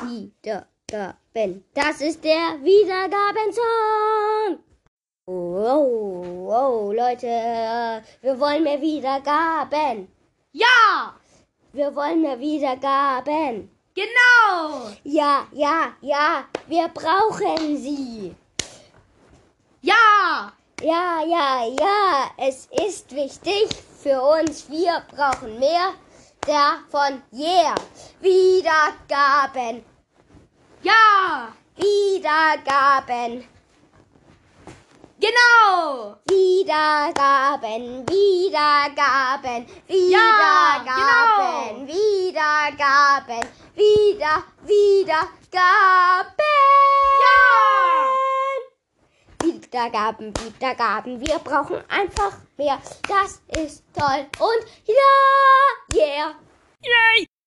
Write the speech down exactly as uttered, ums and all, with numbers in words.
Wiedergaben. Das ist der Wiedergabensong. Oh, oh, oh, Leute, wir wollen mehr Wiedergaben. Ja, Wir wollen mehr Wiedergaben. genau. Ja, ja, ja, wir brauchen sie. Ja, Ja, ja, ja, es ist wichtig für uns. Wir brauchen mehr davon. Yeah. Wiedergaben, ja, Wiedergaben, genau. Wiedergaben, Wiedergaben, Wiedergaben, Wiedergaben, wieder, Wiedergaben. Ja. Wiedergaben, Wiedergaben, wir brauchen einfach mehr. Das ist toll und ja, yeah. Yay.